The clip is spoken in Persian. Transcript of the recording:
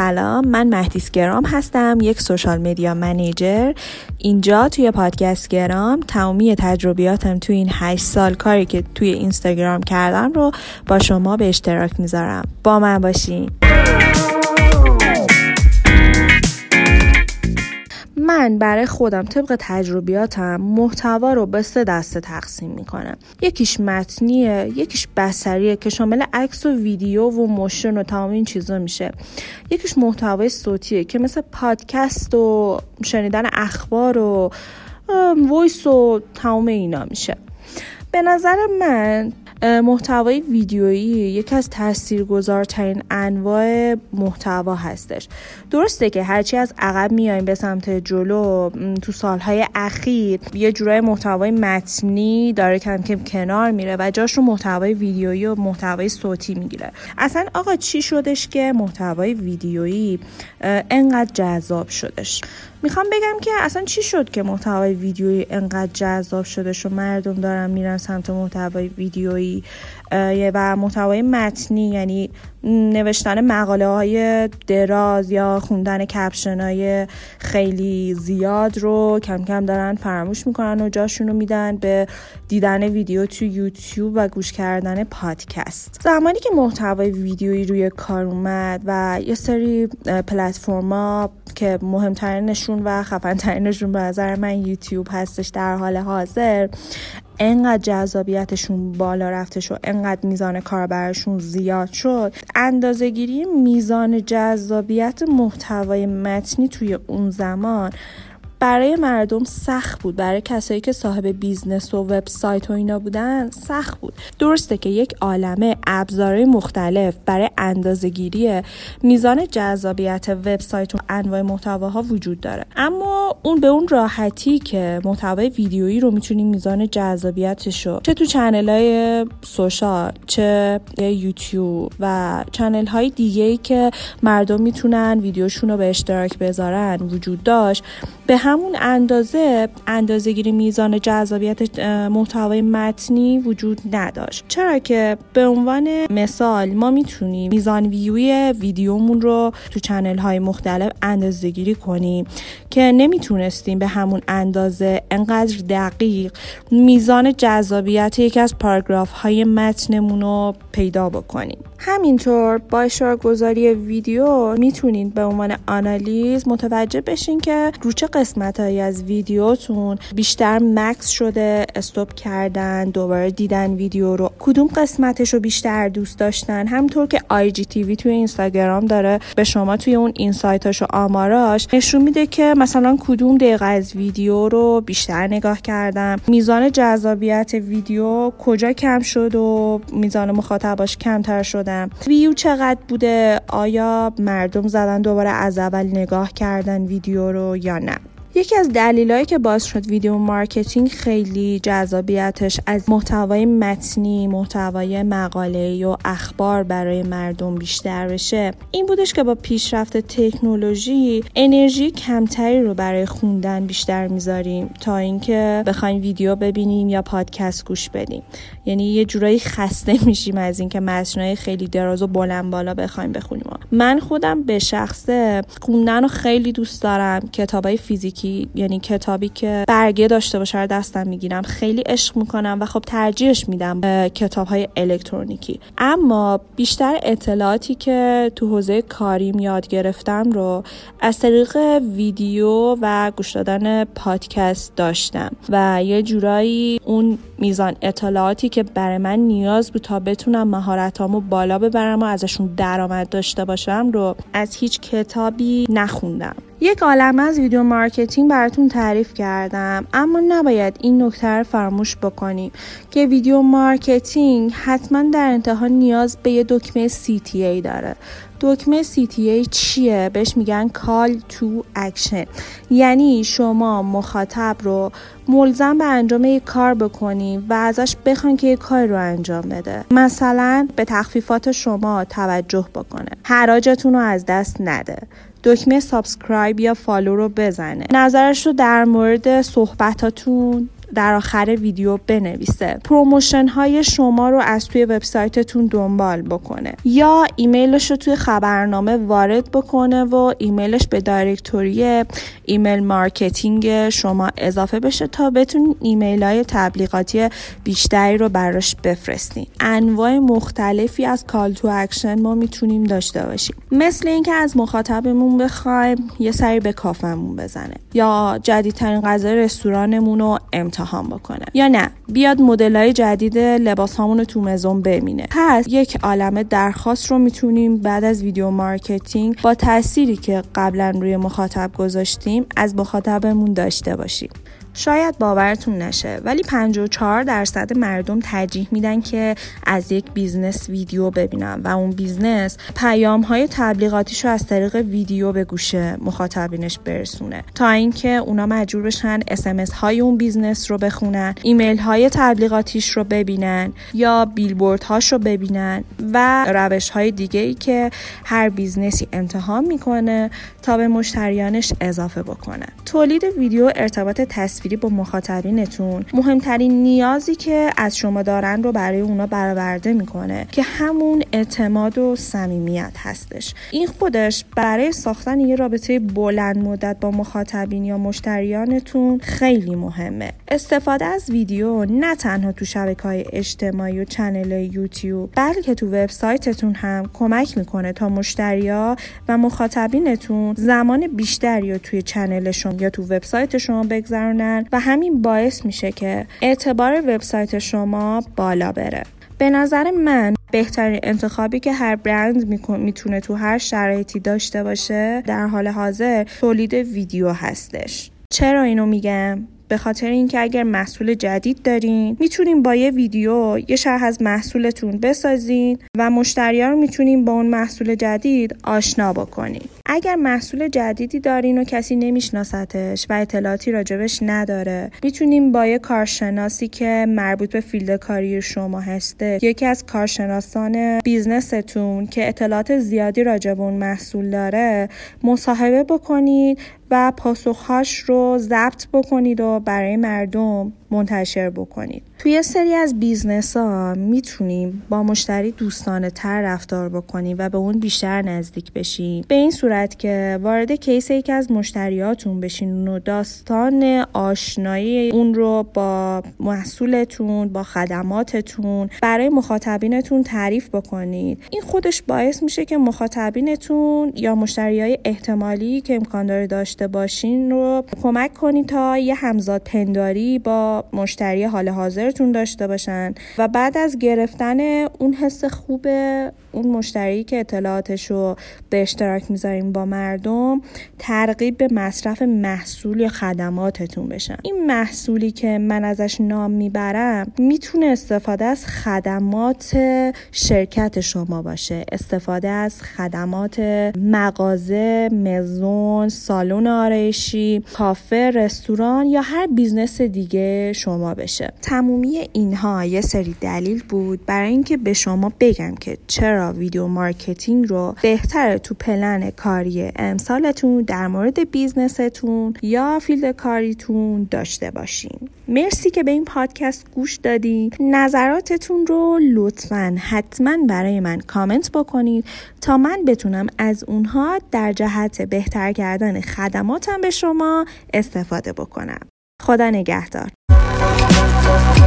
سلام، من مهدیس گرام هستم، یک سوشال مدیا منیجر. اینجا توی پادکست گرام تمامی تجربیاتم توی این 8 سال کاری که توی اینستاگرام کردم رو با شما به اشتراک میذارم. با من باشین. من برای خودم طبق تجربیاتم محتوا رو به 3 دسته تقسیم میکنم. یکیش متنیه، یکیش بصریه که شامل عکس و ویدیو و موشن و تمام این چیزا میشه. یکیش محتوای صوتیه که مثل پادکست و شنیدن اخبار و وایس و تمام اینا میشه. به نظر من محتوای ویدیویی یکی از تاثیرگذارترین انواع محتوا هستش. درسته که هرچی از عقب میایم به سمت جلو، تو سالهای اخیر یه جورای محتوای متنی داره کم کم کنار میره و جاش رو محتوای ویدیویی و محتوای صوتی میگیره. اصلا آقا چی شدش که محتوای ویدیویی انقدر جذاب شدش؟ میخوام بگم که اصلا چی شد که محتوای ویدیویی انقدر جذاب شدش و مردم دارن میرن سمت محتوای ویدیویی و محتوای متنی، یعنی نوشتن مقاله های دراز یا خوندن کپشن های خیلی زیاد رو کم کم دارن فراموش میکنن و جاشون رو میدن به دیدن ویدیو تو یوتیوب و گوش کردن پادکست. زمانی که محتوای ویدیویی روی کار اومد و یه سری پلتفرما که مهمترینشون و خفن‌ترینشون به نظر من یوتیوب هستش در حال حاضر، انقدر جذابیتشون بالا رفتش و انقدر میزان کاربرشون زیاد شد، اندازه‌گیری میزان جذابیت محتوای متنی توی اون زمان برای مردم سخت بود. برای کسایی که صاحب بیزنس و وبسایت و اینا بودن سخت بود. درسته که یک عالمه ابزارهای مختلف برای اندازه‌گیری میزان جذابیت وبسایت و انواع محتواها وجود داره، اما اون به اون راحتی که محتوای ویدیویی رو میتونیم میزان جذابیتش رو چه تو چنل‌های سوشال، چه یوتیوب و چنل‌های دیگه‌ای که مردم میتونن ویدیوشون رو به اشتراک بذارن وجود داشت، به همون اندازه‌گیری میزان جذابیت محتوای متنی وجود نداشت. چرا که به عنوان مثال ما میتونیم میزان ویوی ویدیومون رو تو چنل‌های مختلف اندازه‌گیری کنیم که نمیتونستیم به همون اندازه انقدر دقیق میزان جذابیت یکی از پاراگراف‌های متنمون رو پیدا بکنیم. همینطور با اشتراک‌گذاری ویدیو میتونین به عنوان آنالیز متوجه بشین که رو چه قسمتایی از ویدیوتون بیشتر مکس شده، استاپ کردن، دوباره دیدن ویدیو رو، کدوم قسمتش رو بیشتر دوست داشتن. همونطور که IGTV توی اینستاگرام داره به شما توی اون اینسایتاش و آماراش نشون میده که مثلا کدوم دقیقه از ویدیو رو بیشتر نگاه کردم، میزان جذابیت ویدیو کجا کم شد و میزان مخاطباش کمتر شدن، ویو چقدر بوده، آیا مردم زدن دوباره از اول نگاه کردن ویدیو رو یا نه. یکی از دلایلی که باعث شد ویدیو مارکتینگ خیلی جذابیتش از محتوای متنی، محتوای مقاله‌ای و اخبار برای مردم بیشتر بشه این بودش که با پیشرفت تکنولوژی انرژی کمتری رو برای خوندن بیشتر میذاریم تا اینکه بخوایم ویدیو ببینیم یا پادکست گوش بدیم. یعنی یه جورایی خسته میشیم از اینکه متنای خیلی دراز و بلند بالا بخوایم بخونیم. من خودم به شخصه خوندن رو خیلی دوست دارم. کتابای فیزیکی، یعنی کتابی که برگه داشته باشه رو دستم میگیرم، خیلی عشق میکنم و خب ترجیحش میدم به کتاب‌های الکترونیکی. اما بیشتر اطلاعاتی که تو حوزه کاریم یاد گرفتم رو از طریق ویدیو و گوش دادن پادکست داشتم و یه جورایی اون میزان اطلاعاتی که برای من نیاز بود تا بتونم مهارتامو بالا ببرم و ازشون درآمد داشته باشم رو از هیچ کتابی نخوندم. یک عالمه از ویدیو مارکتینگ براتون تعریف کردم، اما نباید این نکته رو فراموش بکنیم که ویدیو مارکتینگ حتما در انتها نیاز به یه دکمه CTA داره. دکمه CTA چیه؟ بهش میگن Call to Action. یعنی شما مخاطب رو ملزم به انجام یک کار بکنیم و ازش بخواین که یک کار رو انجام بده. مثلا به تخفیفات شما توجه بکنه، حراجتون رو از دست نده، دکمه سابسکرایب یا فالو رو بزنه، نظرش رو در مورد صحبتاتون در آخر ویدیو بنویسه، پروموشن های شما رو از توی وبسایتتون دنبال بکنه، یا ایمیلش رو توی خبرنامه وارد بکنه و ایمیلش به دایرکتوری ایمیل مارکتینگ شما اضافه بشه تا بتونین ایمیل های تبلیغاتی بیشتری رو براش بفرستین. انواع مختلفی از کال تو اکشن ما میتونیم داشته باشیم، مثل اینکه از مخاطبمون بخوایم یه سری به کافمون بزنه، یا جدیدترین غذای رستورانمون رو امتحان بکنه، یا نه بیاد مدل‌های جدید لباسامون رو تو مزون ببینه. پس یک عالمه درخواست رو میتونیم بعد از ویدیو مارکتینگ با تأثیری که قبلا روی مخاطب گذاشتیم از مخاطبمون داشته باشیم. شاید باورتون نشه ولی 54% مردم ترجیح میدن که از یک بیزنس ویدیو ببینن و اون بیزنس پیام‌های تبلیغاتیشو از طریق ویدیو به گوش مخاطبینش برسونه، تا اینکه اونا مجبور بشن SMS های اون بیزنس رو بخونن، ایمیل های تبلیغاتیش رو ببینن یا بیلبورد هاش رو ببینن و روش های دیگه‌ای که هر بیزنسی امتحان میکنه تا به مشتریانش اضافه بکنه. تولید ویدیو ارتباط تصویری با مخاطبینتون مهمترین نیازی که از شما دارن رو برای اونا برآورده میکنه که همون اعتماد و صمیمیت هستش. این خودش برای ساختن یه رابطه بلند مدت با مخاطبین یا مشتریانتون خیلی مهمه. استفاده از ویدیو نه تنها تو شبکه‌های اجتماعی و چنل‌های یوتیوب بلکه تو وبسایتتون هم کمک میکنه تا مشتریا و مخاطبینتون زمان بیشتری رو توی چنلشون یا تو وبسایت شما بگذرونن و همین باعث میشه که اعتبار وبسایت شما بالا بره. به نظر من بهترین انتخابی که هر برند میتونه تو هر شرایطی داشته باشه در حال حاضر تولید ویدیو هستش. چرا اینو میگم؟ به خاطر اینکه اگر محصول جدید دارین میتونین با یه ویدیو یه شرح از محصولتون بسازین و مشتری‌ها رو میتونین با اون محصول جدید آشنا بکنین. اگر محصول جدیدی دارین و کسی نمیشناستش و اطلاعاتی راجبش نداره، میتونین با یه کارشناسی که مربوط به فیلد کاری شما هسته، یکی از کارشناسان بیزنستون که اطلاعات زیادی راجب اون محصول داره مصاحبه بکنید و پاسخهاش رو ضبط بکنید و برای مردم منتشر بکنید. توی سری از بیزنس ها میتونیم با مشتری دوستانه تر رفتار بکنیم و به اون بیشتر نزدیک بشیم، به این صورت که وارد کیس یکی از مشتریاتون بشین و داستان آشنایی اون رو با محصولتون، با خدماتتون برای مخاطبینتون تعریف بکنید. این خودش باعث میشه که مخاطبینتون یا مشتریای احتمالی که امکان داره داشته باشین رو کمک کنید تا یه همزاد پنداری با مشتری حال حاضرتون داشته باشن و بعد از گرفتن اون حس خوب اون مشتری که اطلاعاتشو به اشتراک میذاریم با مردم ترغیب به مصرف محصول یا خدماتتون بشن. این محصولی که من ازش نام میبرم میتونه استفاده از خدمات شرکت شما باشه، استفاده از خدمات مغازه، مزون، سالن آرایشی، کافه، رستوران یا هر بیزنس دیگه شما بشه. تمامی اینها یه سری دلیل بود برای اینکه به شما بگم که چرا ویدیو مارکتینگ رو بهتره تو پلن کاری امسالتون در مورد بیزنستون یا فیلد کاریتون داشته باشین. مرسی که به این پادکست گوش دادین. نظراتتون رو لطفاً حتما برای من کامنت بکنید تا من بتونم از اونها در جهت بهتر کردن خدماتم به شما استفاده بکنم. خدا نگهدار.